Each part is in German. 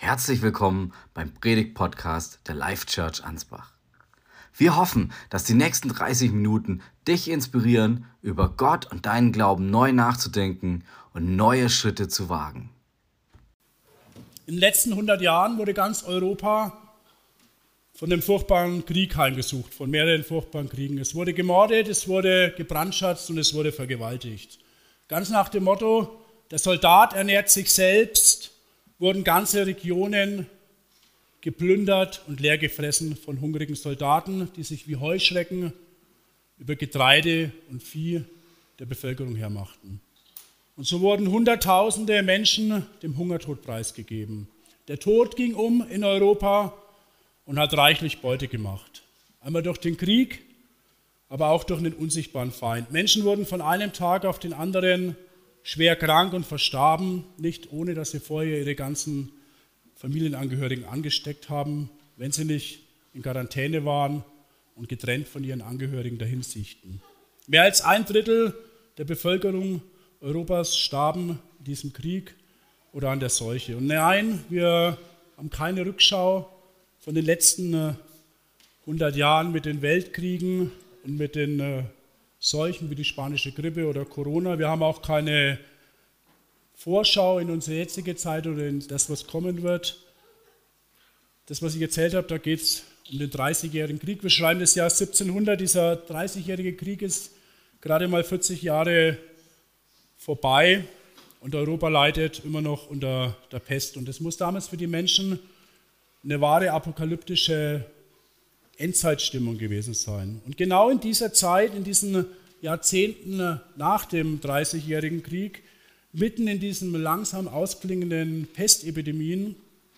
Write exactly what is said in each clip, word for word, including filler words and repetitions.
Herzlich willkommen beim Predigt-Podcast der Life Church Ansbach. Wir hoffen, dass die nächsten dreißig Minuten dich inspirieren, über Gott und deinen Glauben neu nachzudenken und neue Schritte zu wagen. In den letzten hundert Jahren wurde ganz Europa von dem furchtbaren Krieg heimgesucht, von mehreren furchtbaren Kriegen. Es wurde gemordet, es wurde gebrandschatzt und es wurde vergewaltigt. Ganz nach dem Motto, der Soldat ernährt sich selbst, wurden ganze Regionen geplündert und leer gefressen von hungrigen Soldaten, die sich wie Heuschrecken über Getreide und Vieh der Bevölkerung hermachten. Und so wurden Hunderttausende Menschen dem Hungertod preisgegeben. Der Tod ging um in Europa und hat reichlich Beute gemacht. Einmal durch den Krieg, aber auch durch einen unsichtbaren Feind. Menschen wurden von einem Tag auf den anderen schwer krank und verstarben, nicht ohne dass sie vorher ihre ganzen Familienangehörigen angesteckt haben, wenn sie nicht in Quarantäne waren und getrennt von ihren Angehörigen dahinsiechten. Mehr als ein Drittel der Bevölkerung Europas starben in diesem Krieg oder an der Seuche. Und nein, wir haben keine Rückschau von den letzten hundert Jahren mit den Weltkriegen und mit den Seuchen wie die spanische Grippe oder Corona. Wir haben auch keine Vorschau in unsere jetzige Zeit oder in das, was kommen wird. Das, was ich erzählt habe, da geht es um den dreißigjährigen Krieg. Wir schreiben das Jahr siebzehnhundert. Dieser dreißigjährige Krieg ist gerade mal vierzig Jahre vorbei und Europa leidet immer noch unter der Pest. Und es muss damals für die Menschen eine wahre apokalyptische Endzeitstimmung gewesen sein. Und genau in dieser Zeit, in diesen Jahrzehnten nach dem dreißigjährigen Krieg, mitten in diesen langsam ausklingenden Pestepidemien,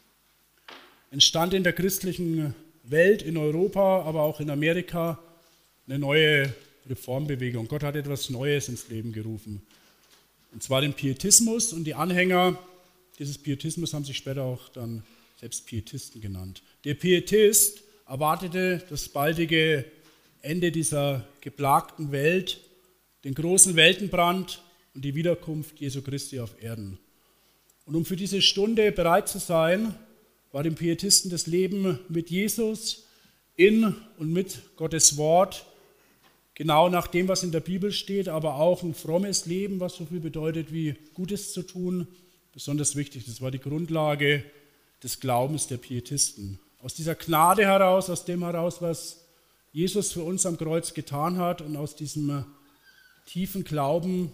entstand in der christlichen Welt, in Europa, aber auch in Amerika, eine neue Reformbewegung. Gott hat etwas Neues ins Leben gerufen. Und zwar den Pietismus, und die Anhänger dieses Pietismus haben sich später auch dann selbst Pietisten genannt. Der Pietist erwartete das baldige Ende dieser geplagten Welt, den großen Weltenbrand und die Wiederkunft Jesu Christi auf Erden. Und um für diese Stunde bereit zu sein, war dem Pietisten das Leben mit Jesus in und mit Gottes Wort, genau nach dem, was in der Bibel steht, aber auch ein frommes Leben, was so viel bedeutet wie Gutes zu tun, besonders wichtig. Das war die Grundlage des Glaubens der Pietisten. Aus dieser Gnade heraus, aus dem heraus, was Jesus für uns am Kreuz getan hat, und aus diesem tiefen Glauben,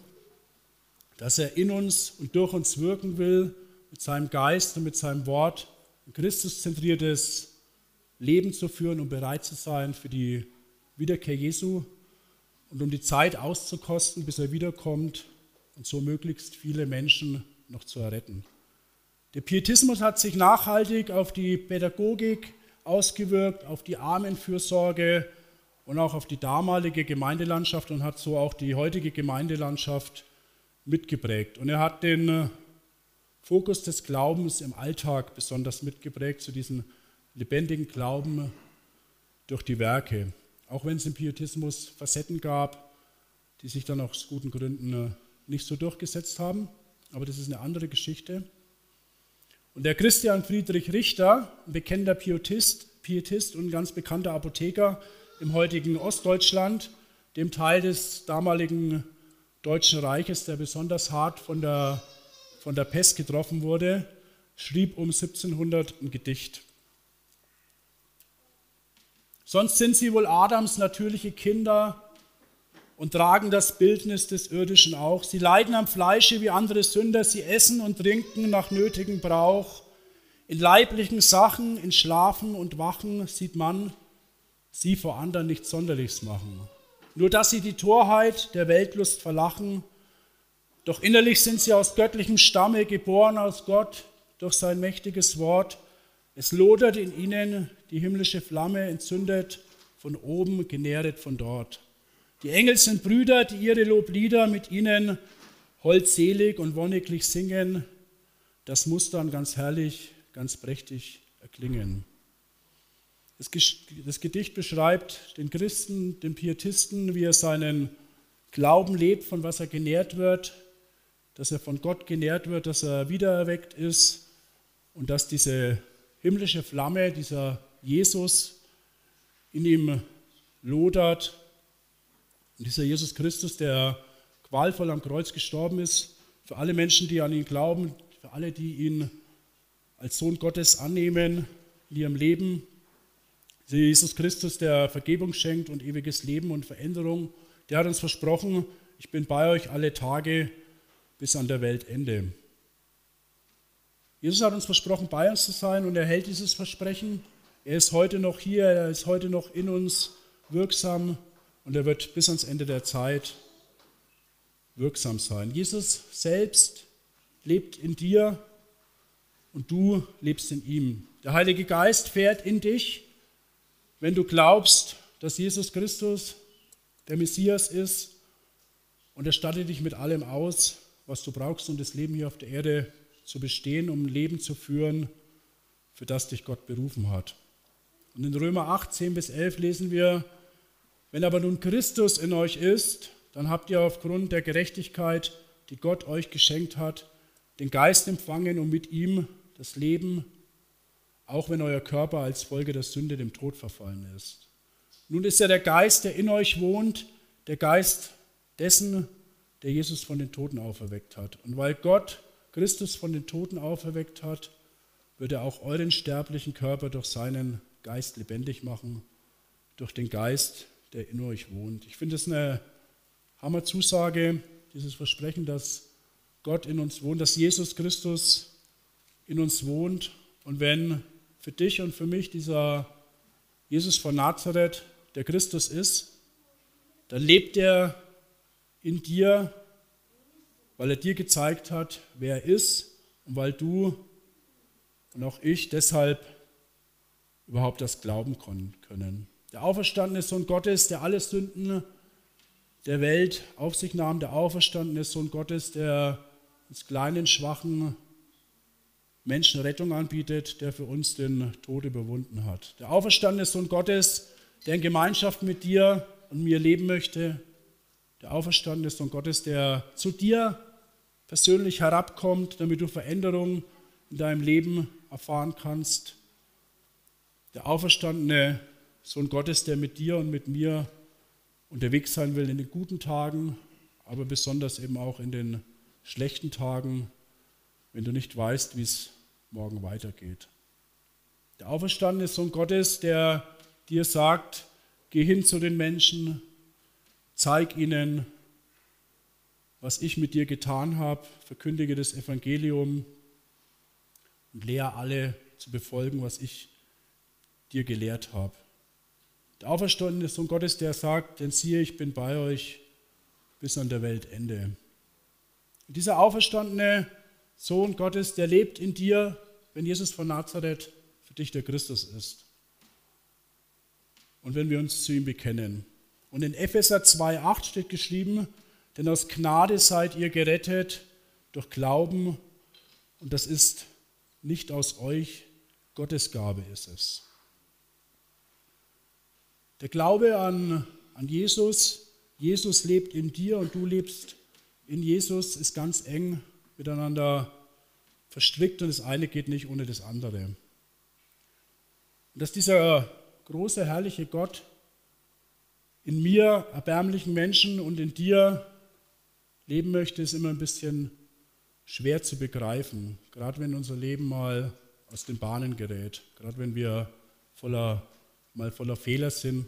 dass er in uns und durch uns wirken will, mit seinem Geist und mit seinem Wort, ein christuszentriertes Leben zu führen, um bereit zu sein für die Wiederkehr Jesu und um die Zeit auszukosten, bis er wiederkommt und so möglichst viele Menschen noch zu erretten. Der Pietismus hat sich nachhaltig auf die Pädagogik ausgewirkt, auf die Armenfürsorge und auch auf die damalige Gemeindelandschaft und hat so auch die heutige Gemeindelandschaft mitgeprägt. Und er hat den Fokus des Glaubens im Alltag besonders mitgeprägt, zu diesem lebendigen Glauben durch die Werke. Auch wenn es im Pietismus Facetten gab, die sich dann aus guten Gründen nicht so durchgesetzt haben, aber das ist eine andere Geschichte. Und der Christian Friedrich Richter, ein bekennender Pietist, Pietist und ein ganz bekannter Apotheker im heutigen Ostdeutschland, dem Teil des damaligen Deutschen Reiches, der besonders hart von der, von der Pest getroffen wurde, schrieb um siebzehnhundert ein Gedicht. Sonst sind sie wohl Adams natürliche Kinder und tragen das Bildnis des Irdischen auch. Sie leiden am Fleische wie andere Sünder, sie essen und trinken nach nötigem Brauch. In leiblichen Sachen, in Schlafen und Wachen sieht man sie vor anderen nicht sonderlichs machen. Nur dass sie die Torheit der Weltlust verlachen, doch innerlich sind sie aus göttlichem Stamme, geboren aus Gott durch sein mächtiges Wort. Es lodert in ihnen, die himmlische Flamme entzündet, von oben, genähret von dort. Die Engel sind Brüder, die ihre Loblieder mit ihnen holdselig und wonniglich singen. Das muss dann ganz herrlich, ganz prächtig erklingen. Das Gedicht beschreibt den Christen, den Pietisten, wie er seinen Glauben lebt, von was er genährt wird, dass er von Gott genährt wird, dass er wiedererweckt ist und dass diese himmlische Flamme, dieser Jesus in ihm lodert. Und dieser Jesus Christus, der qualvoll am Kreuz gestorben ist, für alle Menschen, die an ihn glauben, für alle, die ihn als Sohn Gottes annehmen in ihrem Leben. Dieser Jesus Christus, der Vergebung schenkt und ewiges Leben und Veränderung, der hat uns versprochen, ich bin bei euch alle Tage bis an der Weltende. Jesus hat uns versprochen, bei uns zu sein, und er hält dieses Versprechen. Er ist heute noch hier, er ist heute noch in uns wirksam, und er wird bis ans Ende der Zeit wirksam sein. Jesus selbst lebt in dir und du lebst in ihm. Der Heilige Geist fährt in dich, wenn du glaubst, dass Jesus Christus der Messias ist, und er stattet dich mit allem aus, was du brauchst, um das Leben hier auf der Erde zu bestehen, um ein Leben zu führen, für das dich Gott berufen hat. Und in Römer acht, zehn bis elf lesen wir: Wenn aber nun Christus in euch ist, dann habt ihr aufgrund der Gerechtigkeit, die Gott euch geschenkt hat, den Geist empfangen, um mit ihm das Leben, auch wenn euer Körper als Folge der Sünde dem Tod verfallen ist. Nun ist ja der Geist, der in euch wohnt, der Geist dessen, der Jesus von den Toten auferweckt hat. Und weil Gott Christus von den Toten auferweckt hat, wird er auch euren sterblichen Körper durch seinen Geist lebendig machen, durch den Geist, der in euch wohnt. Ich finde es eine Hammerzusage, dieses Versprechen, dass Gott in uns wohnt, dass Jesus Christus in uns wohnt. Und wenn für dich und für mich dieser Jesus von Nazareth der Christus ist, dann lebt er in dir, weil er dir gezeigt hat, wer er ist, und weil du und auch ich deshalb überhaupt das glauben können. Der auferstandene Sohn Gottes, der alle Sünden der Welt auf sich nahm, der auferstandene Sohn Gottes, der uns kleinen, schwachen Menschen Rettung anbietet, der für uns den Tod überwunden hat. Der auferstandene Sohn Gottes, der in Gemeinschaft mit dir und mir leben möchte. Der auferstandene Sohn Gottes, der zu dir persönlich herabkommt, damit du Veränderung in deinem Leben erfahren kannst. Der auferstandene Sohn Gottes, der mit dir und mit mir unterwegs sein will in den guten Tagen, aber besonders eben auch in den schlechten Tagen, wenn du nicht weißt, wie es morgen weitergeht. Der auferstandene Sohn Gottes, der dir sagt, geh hin zu den Menschen, zeig ihnen, was ich mit dir getan habe, verkündige das Evangelium und lehre alle zu befolgen, was ich dir gelehrt habe. Der auferstandene Sohn Gottes, der sagt, denn siehe, ich bin bei euch bis an der Weltende. Und dieser auferstandene Sohn Gottes, der lebt in dir, wenn Jesus von Nazareth für dich der Christus ist. Und wenn wir uns zu ihm bekennen. Und in Epheser zwei acht steht geschrieben, denn aus Gnade seid ihr gerettet durch Glauben, und das ist nicht aus euch, Gottes Gabe ist es. Der Glaube an, an Jesus, Jesus lebt in dir und du lebst in Jesus, ist ganz eng miteinander verstrickt, und das eine geht nicht ohne das andere. Und dass dieser große, herrliche Gott in mir, erbärmlichen Menschen, und in dir leben möchte, ist immer ein bisschen schwer zu begreifen, gerade wenn unser Leben mal aus den Bahnen gerät, gerade wenn wir voller, mal voller Fehler sind.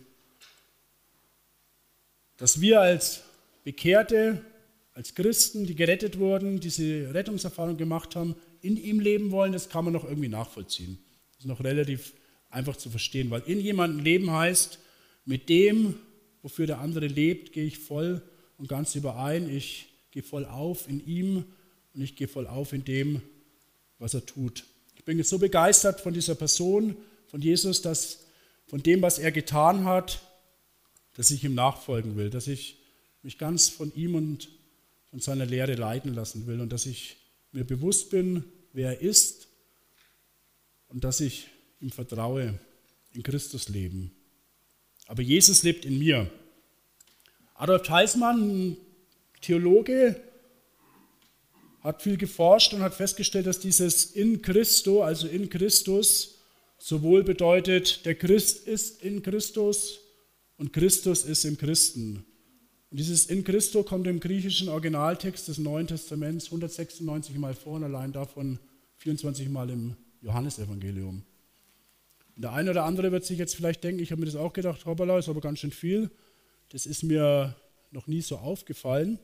Dass wir als Bekehrte, als Christen, die gerettet wurden, diese Rettungserfahrung gemacht haben, in ihm leben wollen, das kann man noch irgendwie nachvollziehen. Das ist noch relativ einfach zu verstehen, weil in jemandem leben heißt, mit dem, wofür der andere lebt, gehe ich voll und ganz überein. Ich gehe voll auf in ihm und ich gehe voll auf in dem, was er tut. Ich bin jetzt so begeistert von dieser Person, von Jesus, dass von dem, was er getan hat, dass ich ihm nachfolgen will, dass ich mich ganz von ihm und von seiner Lehre leiten lassen will und dass ich mir bewusst bin, wer er ist und dass ich ihm vertraue, in Christus leben. Aber Jesus lebt in mir. Adolf Theismann, ein Theologe, hat viel geforscht und hat festgestellt, dass dieses in Christo, also in Christus, sowohl bedeutet, der Christ ist in Christus und Christus ist im Christen. Und dieses in Christo kommt im griechischen Originaltext des Neuen Testaments hundertsechsundneunzig Mal vor und allein davon vierundzwanzig Mal im Johannesevangelium. Und der eine oder andere wird sich jetzt vielleicht denken, ich habe mir das auch gedacht, hoppala, ist aber ganz schön viel. Das ist mir noch nie so aufgefallen.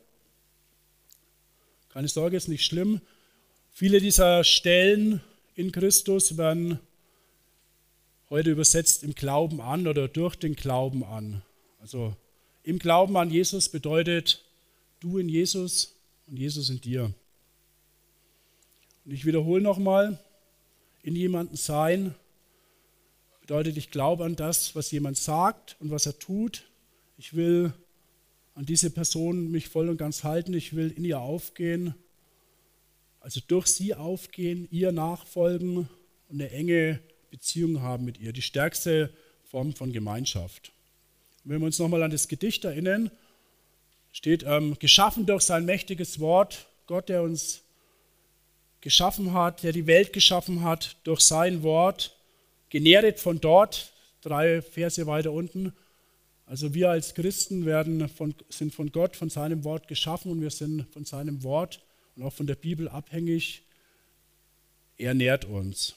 Keine Sorge, ist nicht schlimm. Viele dieser Stellen in Christus werden heute übersetzt im Glauben an oder durch den Glauben an. Also im Glauben an Jesus bedeutet du in Jesus und Jesus in dir. Und ich wiederhole nochmal, in jemandem sein bedeutet, ich glaube an das, was jemand sagt und was er tut. Ich will an diese Person mich voll und ganz halten. Ich will in ihr aufgehen, also durch sie aufgehen, ihr nachfolgen und eine enge Beziehung haben mit ihr. Die stärkste Form von Gemeinschaft. Und wenn wir uns nochmal an das Gedicht erinnern, steht, ähm, geschaffen durch sein mächtiges Wort, Gott, der uns geschaffen hat, der die Welt geschaffen hat, durch sein Wort, genähret von dort, drei Verse weiter unten. Also wir als Christen werden von, sind von Gott, von seinem Wort geschaffen und wir sind von seinem Wort und auch von der Bibel abhängig. Er nährt uns.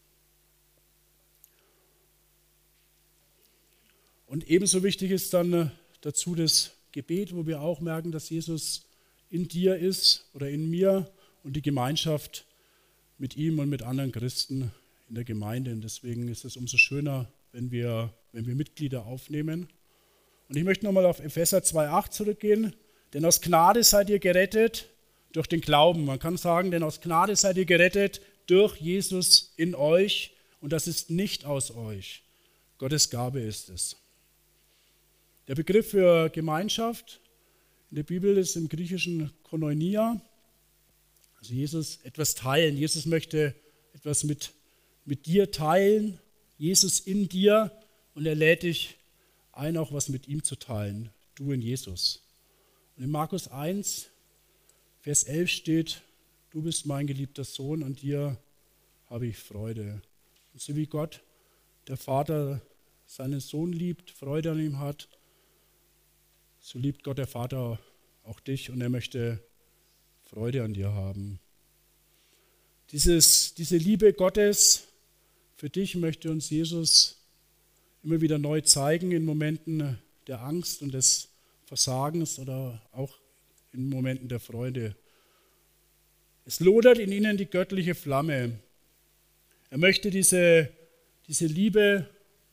Und ebenso wichtig ist dann dazu das Gebet, wo wir auch merken, dass Jesus in dir ist oder in mir und die Gemeinschaft mit ihm und mit anderen Christen in der Gemeinde. Und deswegen ist es umso schöner, wenn wir, wenn wir Mitglieder aufnehmen. Und ich möchte nochmal auf Epheser zwei acht zurückgehen. Denn aus Gnade seid ihr gerettet durch den Glauben. Man kann sagen, denn aus Gnade seid ihr gerettet durch Jesus in euch. Und das ist nicht aus euch. Gottes Gabe ist es. Der Begriff für Gemeinschaft in der Bibel ist im Griechischen Koinonia. Also Jesus etwas teilen. Jesus möchte etwas mit, mit dir teilen. Jesus in dir. Und er lädt dich ein, auch was mit ihm zu teilen. Du in Jesus. Und in Markus eins, Vers elf steht, du bist mein geliebter Sohn, an dir habe ich Freude. Und so wie Gott, der Vater, seinen Sohn liebt, Freude an ihm hat, so liebt Gott, der Vater, auch dich und er möchte Freude an dir haben. Dieses, diese Liebe Gottes für dich möchte uns Jesus immer wieder neu zeigen in Momenten der Angst und des Versagens oder auch in Momenten der Freude. Es lodert in ihnen die göttliche Flamme. Er möchte diese, diese Liebe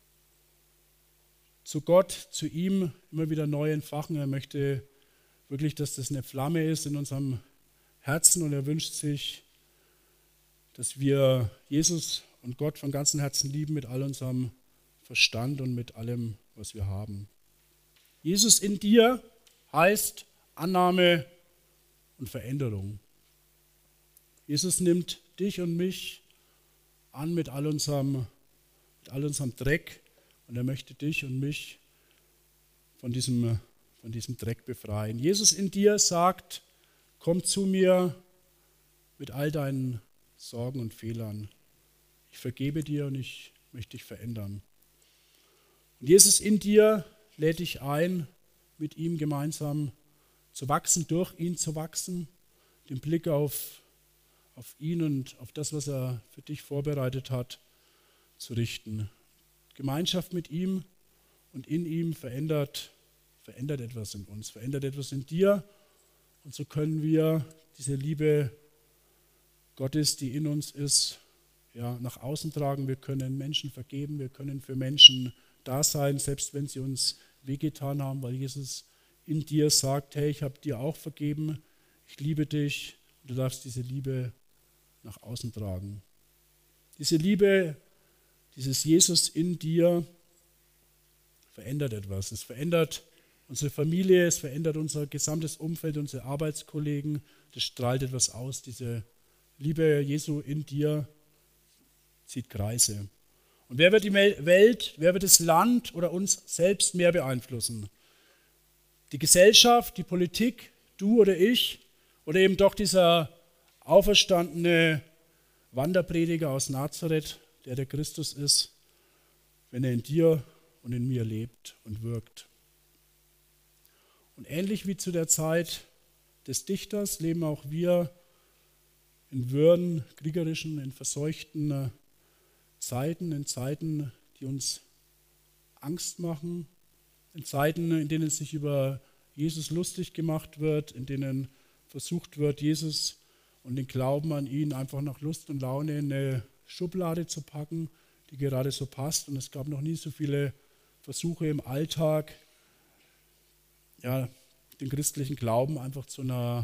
zu Gott, zu ihm immer wieder neu entfachen. Er möchte wirklich, dass das eine Flamme ist in unserem Herzen und er wünscht sich, dass wir Jesus und Gott von ganzem Herzen lieben mit all unserem Verstand und mit allem, was wir haben. Jesus in dir heißt Annahme und Veränderung. Jesus nimmt dich und mich an mit all unserem, mit all unserem Dreck und er möchte dich und mich von diesem, von diesem Dreck befreien. Jesus in dir sagt, komm zu mir mit all deinen Sorgen und Fehlern. Ich vergebe dir und ich möchte dich verändern. Und Jesus in dir lädt dich ein, mit ihm gemeinsam zu wachsen, durch ihn zu wachsen, den Blick auf, auf ihn und auf das, was er für dich vorbereitet hat, zu richten. Gemeinschaft mit ihm und in ihm verändert, verändert etwas in uns, verändert etwas in dir und so können wir diese Liebe Gottes, die in uns ist, ja, nach außen tragen. Wir können Menschen vergeben, wir können für Menschen da sein, selbst wenn sie uns wehgetan haben, weil Jesus in dir sagt, hey, ich habe dir auch vergeben, ich liebe dich und du darfst diese Liebe nach außen tragen. Diese Liebe, dieses Jesus in dir verändert etwas. Es verändert unsere Familie, es verändert unser gesamtes Umfeld, unsere Arbeitskollegen, das strahlt etwas aus. Diese Liebe Jesu in dir zieht Kreise. Und wer wird die Welt, wer wird das Land oder uns selbst mehr beeinflussen? Die Gesellschaft, die Politik, du oder ich oder eben doch dieser auferstandene Wanderprediger aus Nazareth, der der Christus ist, wenn er in dir und in mir lebt und wirkt. Und ähnlich wie zu der Zeit des Dichters leben auch wir in wirren, kriegerischen, in verseuchten Zeiten, in Zeiten, die uns Angst machen, in Zeiten, in denen sich über Jesus lustig gemacht wird, in denen versucht wird, Jesus und den Glauben an ihn einfach nach Lust und Laune in eine Schublade zu packen, die gerade so passt. Und es gab noch nie so viele Versuche im Alltag, ja, den christlichen Glauben einfach zu einer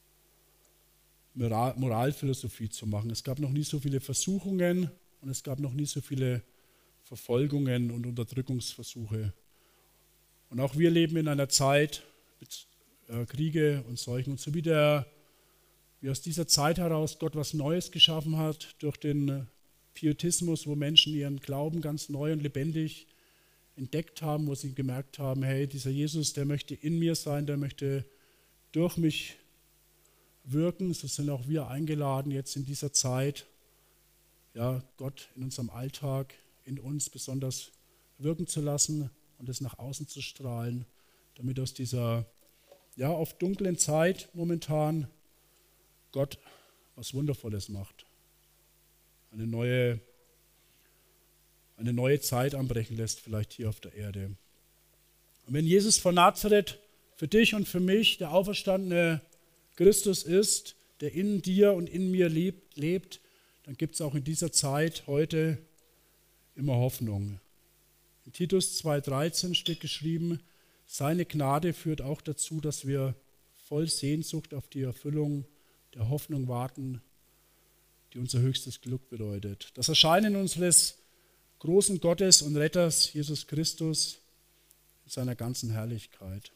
Moralphilosophie zu machen. Es gab noch nie so viele Versuchungen und es gab noch nie so viele Verfolgungen und Unterdrückungsversuche. Und auch wir leben in einer Zeit mit äh, Kriege und Seuchen. Und so wie, der, wie aus dieser Zeit heraus Gott was Neues geschaffen hat, durch den Pietismus, wo Menschen ihren Glauben ganz neu und lebendig entdeckt haben, wo sie gemerkt haben, hey, dieser Jesus, der möchte in mir sein, der möchte durch mich wirken. So sind auch wir eingeladen, jetzt in dieser Zeit, ja, Gott in unserem Alltag, in uns besonders wirken zu lassen und es nach außen zu strahlen, damit aus dieser ja, oft dunklen Zeit momentan Gott was Wundervolles macht. Eine neue, eine neue Zeit anbrechen lässt, vielleicht hier auf der Erde. Und wenn Jesus von Nazareth für dich und für mich der auferstandene Christus ist, der in dir und in mir lebt, lebt dann gibt es auch in dieser Zeit heute immer Hoffnung. In Titus zwei dreizehn steht geschrieben, seine Gnade führt auch dazu, dass wir voll Sehnsucht auf die Erfüllung der Hoffnung warten, die unser höchstes Glück bedeutet. Das Erscheinen unseres großen Gottes und Retters Jesus Christus in seiner ganzen Herrlichkeit.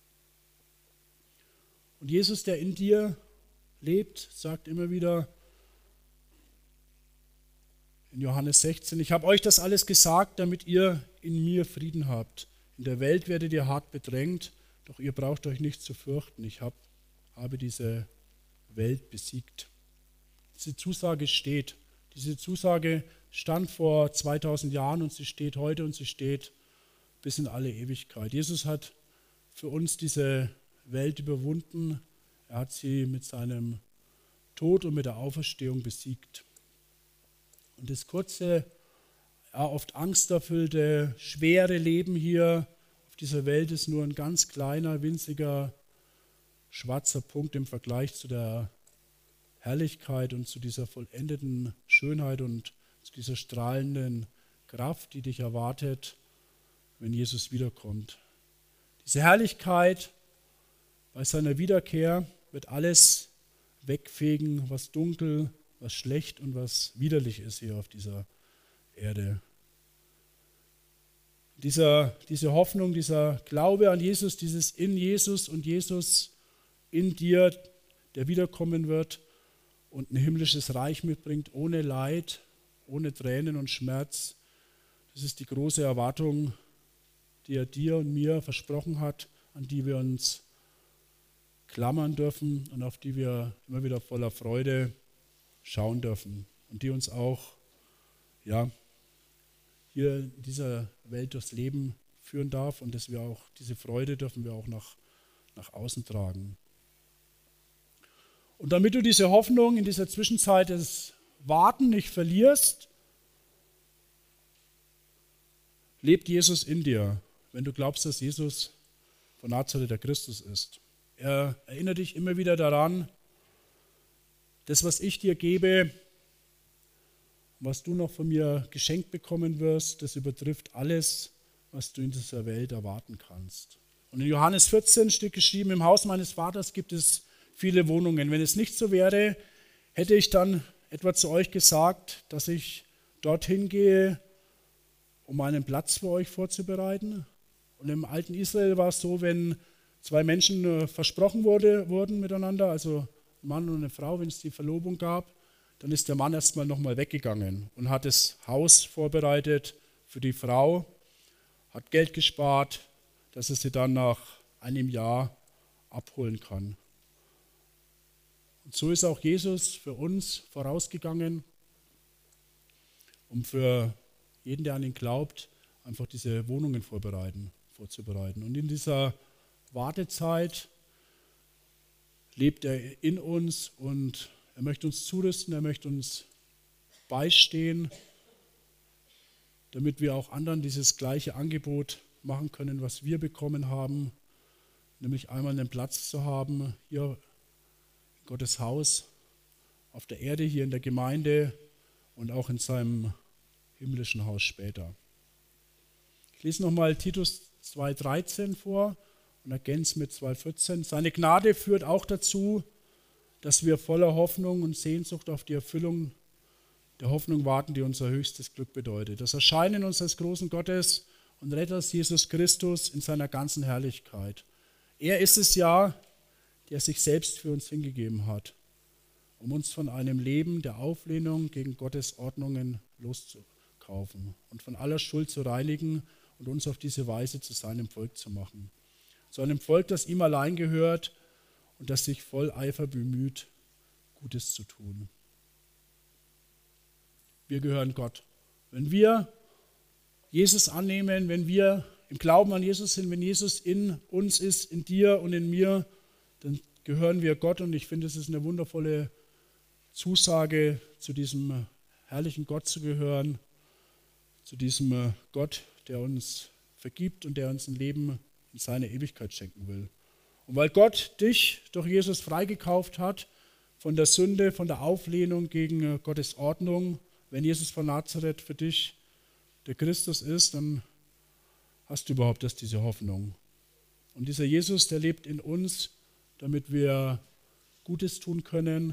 Und Jesus, der in dir lebt, sagt immer wieder in Johannes sechzehn, ich habe euch das alles gesagt, damit ihr in mir Frieden habt. In der Welt werdet ihr hart bedrängt, doch ihr braucht euch nicht zu fürchten. Ich hab, habe diese Welt besiegt. Diese Zusage steht. Diese Zusage stand vor zweitausend Jahren und sie steht heute und sie steht bis in alle Ewigkeit. Jesus hat für uns diese Welt überwunden. Er hat sie mit seinem Tod und mit der Auferstehung besiegt. Und das kurze, ja, oft angsterfüllte, schwere Leben hier auf dieser Welt ist nur ein ganz kleiner, winziger, schwarzer Punkt im Vergleich zu der Herrlichkeit und zu dieser vollendeten Schönheit und zu dieser strahlenden Kraft, die dich erwartet, wenn Jesus wiederkommt. Diese Herrlichkeit bei seiner Wiederkehr wird alles wegfegen, was dunkel, was schlecht und was widerlich ist hier auf dieser Erde. Dieser, diese Hoffnung, dieser Glaube an Jesus, dieses in Jesus und Jesus in dir, der wiederkommen wird und ein himmlisches Reich mitbringt, ohne Leid, ohne Tränen und Schmerz. Das ist die große Erwartung, die er dir und mir versprochen hat, an die wir uns klammern dürfen und auf die wir immer wieder voller Freude schauen dürfen und die uns auch ja, hier in dieser Welt durchs Leben führen darf und dass wir auch diese Freude dürfen wir auch nach, nach außen tragen. Und damit du diese Hoffnung in dieser Zwischenzeit des Warten nicht verlierst, lebt Jesus in dir, wenn du glaubst, dass Jesus von Nazareth der Christus ist. Er erinnert dich immer wieder daran, das, was ich dir gebe, was du noch von mir geschenkt bekommen wirst, das übertrifft alles, was du in dieser Welt erwarten kannst. Und in Johannes vierzehn steht geschrieben, im Haus meines Vaters gibt es viele Wohnungen. Wenn es nicht so wäre, hätte ich dann etwa zu euch gesagt, dass ich dorthin gehe, um einen Platz für euch vorzubereiten. Und im alten Israel war es so, wenn zwei Menschen versprochen wurde, wurden miteinander, also ein Mann und eine Frau, wenn es die Verlobung gab, dann ist der Mann erstmal nochmal weggegangen und hat das Haus vorbereitet für die Frau, hat Geld gespart, dass er sie dann nach einem Jahr abholen kann. Und so ist auch Jesus für uns vorausgegangen, um für jeden, der an ihn glaubt, einfach diese Wohnungen vorbereiten, vorzubereiten. Und in dieser Wartezeit lebt er in uns und er möchte uns zurüsten, er möchte uns beistehen, damit wir auch anderen dieses gleiche Angebot machen können, was wir bekommen haben, nämlich einmal einen Platz zu haben, hier in Gottes Haus, auf der Erde, hier in der Gemeinde und auch in seinem himmlischen Haus später. Ich lese nochmal Titus zwei dreizehn vor und ergänze mit zwei vierzehn. Seine Gnade führt auch dazu, dass wir voller Hoffnung und Sehnsucht auf die Erfüllung der Hoffnung warten, die unser höchstes Glück bedeutet. Das Erscheinen unseres großen Gottes und Retters Jesus Christus in seiner ganzen Herrlichkeit. Er ist es ja, der sich selbst für uns hingegeben hat, um uns von einem Leben der Auflehnung gegen Gottes Ordnungen loszukaufen und von aller Schuld zu reinigen und uns auf diese Weise zu seinem Volk zu machen. Zu einem Volk, das ihm allein gehört und das sich voll Eifer bemüht, Gutes zu tun. Wir gehören Gott. Wenn wir Jesus annehmen, wenn wir im Glauben an Jesus sind, wenn Jesus in uns ist, in dir und in mir, dann gehören wir Gott. Und ich finde, es ist eine wundervolle Zusage, zu diesem herrlichen Gott zu gehören, zu diesem Gott, der uns vergibt und der uns ein Leben in seine Ewigkeit schenken will. Und weil Gott dich durch Jesus freigekauft hat von der Sünde, von der Auflehnung gegen Gottes Ordnung, wenn Jesus von Nazareth für dich der Christus ist, dann hast du überhaupt erst diese Hoffnung. Und dieser Jesus, der lebt in uns, damit wir Gutes tun können,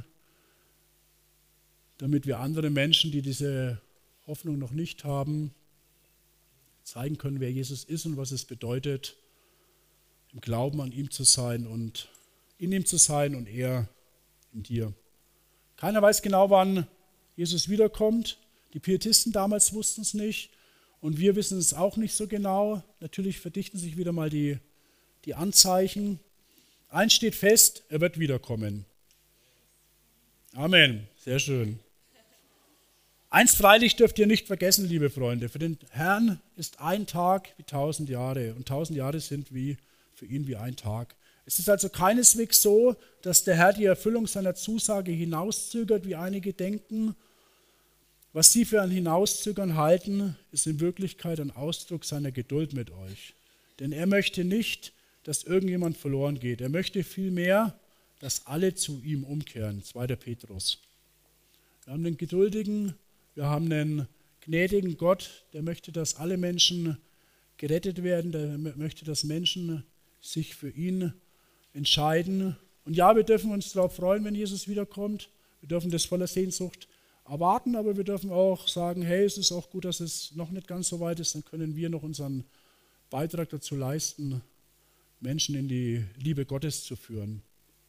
damit wir andere Menschen, die diese Hoffnung noch nicht haben, zeigen können, wer Jesus ist und was es bedeutet, im Glauben an ihm zu sein und in ihm zu sein und er in dir. Keiner weiß genau, wann Jesus wiederkommt. Die Pietisten damals wussten es nicht und wir wissen es auch nicht so genau. Natürlich verdichten sich wieder mal die, die Anzeichen. Eins steht fest, er wird wiederkommen. Amen, sehr schön. Eins freilich dürft ihr nicht vergessen, liebe Freunde, für den Herrn ist ein Tag wie tausend Jahre und tausend Jahre sind wie, für ihn wie ein Tag. Es ist also keineswegs so, dass der Herr die Erfüllung seiner Zusage hinauszögert, wie einige denken. Was sie für ein Hinauszögern halten, ist in Wirklichkeit ein Ausdruck seiner Geduld mit euch. Denn er möchte nicht, dass irgendjemand verloren geht. Er möchte vielmehr, dass alle zu ihm umkehren. zweiter Petrus. Wir haben einen geduldigen, wir haben einen gnädigen Gott, der möchte, dass alle Menschen gerettet werden, der möchte, dass Menschen sich für ihn entscheiden. Und ja, wir dürfen uns darauf freuen, wenn Jesus wiederkommt. Wir dürfen das voller Sehnsucht erwarten, aber wir dürfen auch sagen, hey, es ist auch gut, dass es noch nicht ganz so weit ist, dann können wir noch unseren Beitrag dazu leisten, Menschen in die Liebe Gottes zu führen.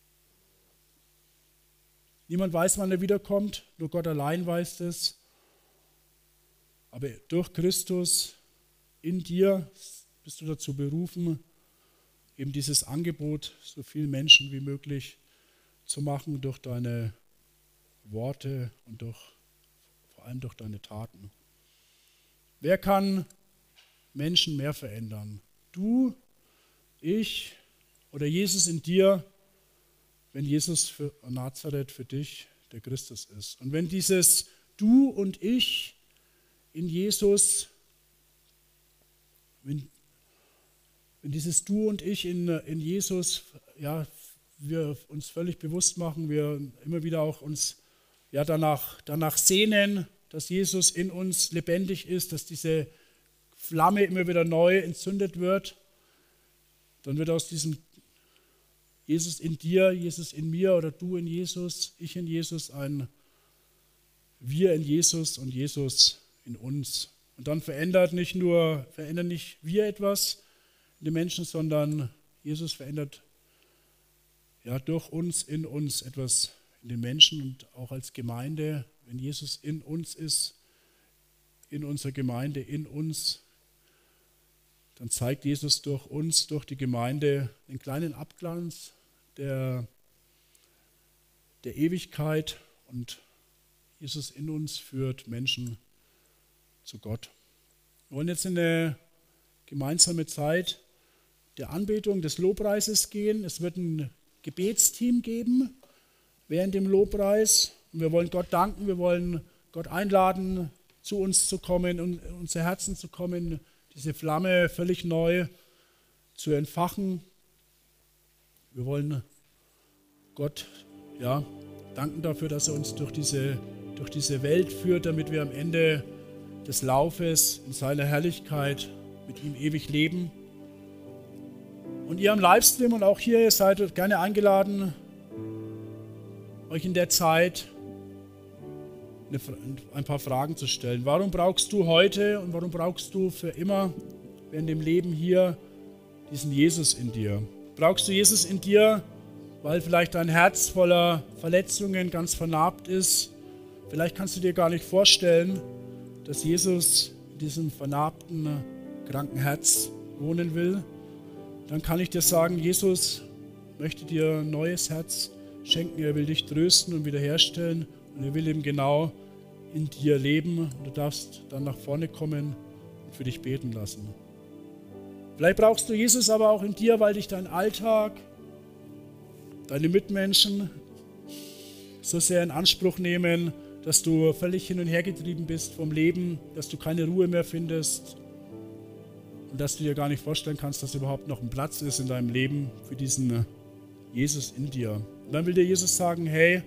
Niemand weiß, wann er wiederkommt, nur Gott allein weiß es. Aber durch Christus in dir bist du dazu berufen, eben dieses Angebot so vielen Menschen wie möglich zu machen durch deine Worte und durch, vor allem durch deine Taten. Wer kann Menschen mehr verändern? Du, ich oder Jesus in dir, wenn Jesus für Nazareth für dich der Christus ist. Und wenn dieses Du und ich in Jesus, wenn, wenn dieses Du und ich in, in Jesus, ja, wir uns völlig bewusst machen, wir immer wieder auch uns ja, danach, danach sehnen, dass Jesus in uns lebendig ist, dass diese Flamme immer wieder neu entzündet wird, dann wird aus diesem Jesus in dir, Jesus in mir oder du in Jesus, ich in Jesus, ein Wir in Jesus und Jesus in uns. Und dann verändert nicht nur, verändern nicht wir etwas in den Menschen, sondern Jesus verändert ja durch uns, in uns etwas in den Menschen und auch als Gemeinde. Wenn Jesus in uns ist, in unserer Gemeinde, in uns, dann zeigt Jesus durch uns, durch die Gemeinde, den kleinen Abglanz der, der Ewigkeit und Jesus in uns führt Menschen zu Gott. Wir wollen jetzt in eine gemeinsame Zeit der Anbetung, des Lobpreises gehen. Es wird ein Gebetsteam geben während dem Lobpreis. Und wir wollen Gott danken, wir wollen Gott einladen, zu uns zu kommen und in unser Herzen zu kommen, diese Flamme völlig neu zu entfachen. Wir wollen Gott ja, danken dafür, dass er uns durch diese, durch diese Welt führt, damit wir am Ende des Laufes in seiner Herrlichkeit mit ihm ewig leben. Und ihr am Livestream und auch hier, ihr seid gerne eingeladen, euch in der Zeit eine, ein paar Fragen zu stellen. Warum brauchst du heute und warum brauchst du für immer während dem Leben hier diesen Jesus in dir? Brauchst du Jesus in dir, weil vielleicht dein Herz voller Verletzungen ganz vernarbt ist? Vielleicht kannst du dir gar nicht vorstellen, dass Jesus in diesem vernarbten, kranken Herz wohnen will. Dann kann ich dir sagen, Jesus möchte dir ein neues Herz schenken. Er will dich trösten und wiederherstellen und er will eben genau in dir leben. Und du darfst dann nach vorne kommen und für dich beten lassen. Vielleicht brauchst du Jesus aber auch in dir, weil dich dein Alltag, deine Mitmenschen so sehr in Anspruch nehmen, dass du völlig hin und her getrieben bist vom Leben, dass du keine Ruhe mehr findest und dass du dir gar nicht vorstellen kannst, dass überhaupt noch ein Platz ist in deinem Leben für diesen Jesus in dir. Und dann will dir Jesus sagen, hey,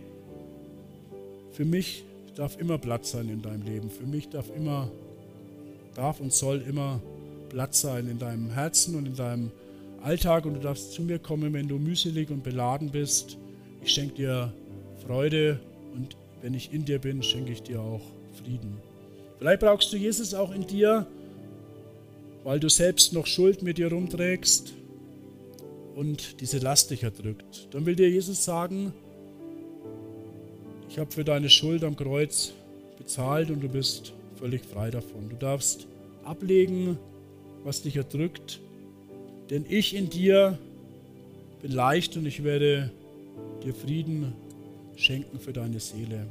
für mich darf immer Platz sein in deinem Leben, für mich darf immer, darf und soll immer Platz sein in deinem Herzen und in deinem Alltag und du darfst zu mir kommen, wenn du mühselig und beladen bist. Ich schenke dir Freude und wenn ich in dir bin, schenke ich dir auch Frieden. Vielleicht brauchst du Jesus auch in dir, weil du selbst noch Schuld mit dir rumträgst und diese Last dich erdrückt. Dann will dir Jesus sagen, ich habe für deine Schuld am Kreuz bezahlt und du bist völlig frei davon. Du darfst ablegen, was dich erdrückt, denn ich in dir bin leicht und ich werde dir Frieden schenken für deine Seele.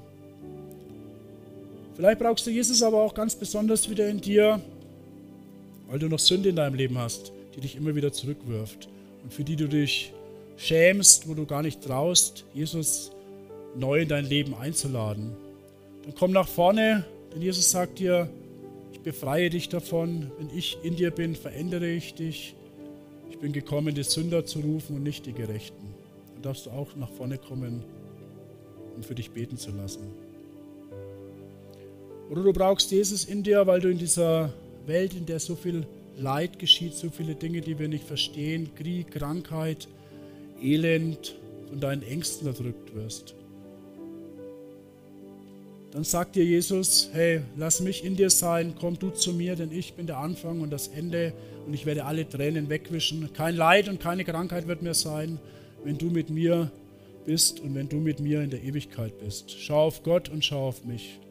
Vielleicht brauchst du Jesus aber auch ganz besonders wieder in dir, weil du noch Sünde in deinem Leben hast, die dich immer wieder zurückwirft und für die du dich schämst, wo du gar nicht traust, Jesus neu in dein Leben einzuladen. Dann komm nach vorne, denn Jesus sagt dir, ich befreie dich davon, wenn ich in dir bin, verändere ich dich. Ich bin gekommen, die Sünder zu rufen und nicht die Gerechten. Dann darfst du auch nach vorne kommen, um für dich beten zu lassen. Oder du brauchst Jesus in dir, weil du in dieser Welt, in der so viel Leid geschieht, so viele Dinge, die wir nicht verstehen, Krieg, Krankheit, Elend, von deinen Ängsten erdrückt wirst. Dann sagt dir Jesus, hey, lass mich in dir sein, komm du zu mir, denn ich bin der Anfang und das Ende und ich werde alle Tränen wegwischen. Kein Leid und keine Krankheit wird mehr sein, wenn du mit mir bist und wenn du mit mir in der Ewigkeit bist. Schau auf Gott und schau auf mich.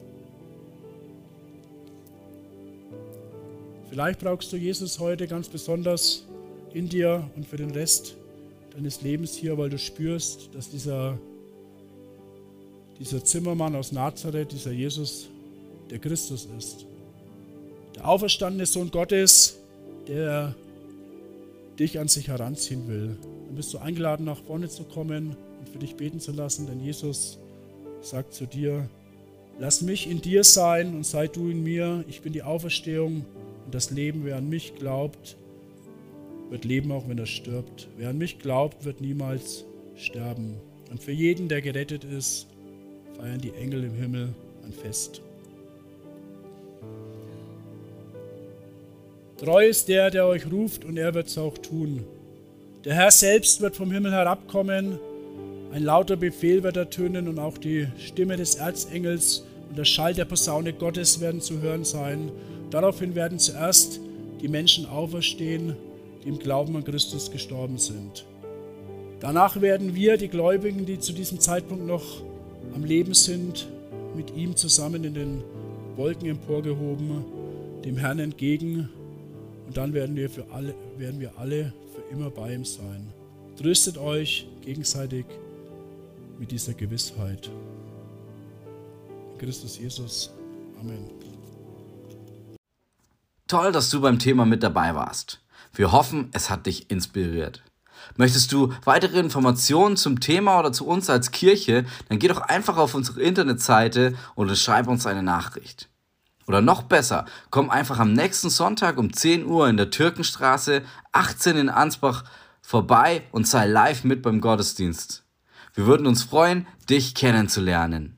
Vielleicht brauchst du Jesus heute ganz besonders in dir und für den Rest deines Lebens hier, weil du spürst, dass dieser, dieser Zimmermann aus Nazareth, dieser Jesus, der Christus ist. Der auferstandene Sohn Gottes, der dich an sich heranziehen will. Dann bist du eingeladen, nach vorne zu kommen und für dich beten zu lassen, denn Jesus sagt zu dir, lass mich in dir sein und sei du in mir. Ich bin die Auferstehung und das Leben. Wer an mich glaubt, wird leben, auch wenn er stirbt. Wer an mich glaubt, wird niemals sterben. Und für jeden, der gerettet ist, feiern die Engel im Himmel ein Fest. Treu ist der, der euch ruft, und er wird es auch tun. Der Herr selbst wird vom Himmel herabkommen, ein lauter Befehl wird ertönen und auch die Stimme des Erzengels und der Schall der Posaune Gottes werden zu hören sein. Daraufhin werden zuerst die Menschen auferstehen, die im Glauben an Christus gestorben sind. Danach werden wir, die Gläubigen, die zu diesem Zeitpunkt noch am Leben sind, mit ihm zusammen in den Wolken emporgehoben, dem Herrn entgegen, und dann werden wir, für alle, werden wir alle für immer bei ihm sein. Tröstet euch gegenseitig mit dieser Gewissheit. In Christus Jesus. Amen. Toll, dass du beim Thema mit dabei warst. Wir hoffen, es hat dich inspiriert. Möchtest du weitere Informationen zum Thema oder zu uns als Kirche, dann geh doch einfach auf unsere Internetseite und schreib uns eine Nachricht. Oder noch besser, komm einfach am nächsten Sonntag um zehn Uhr in der Türkenstraße achtzehn in Ansbach vorbei und sei live mit beim Gottesdienst. Wir würden uns freuen, dich kennenzulernen.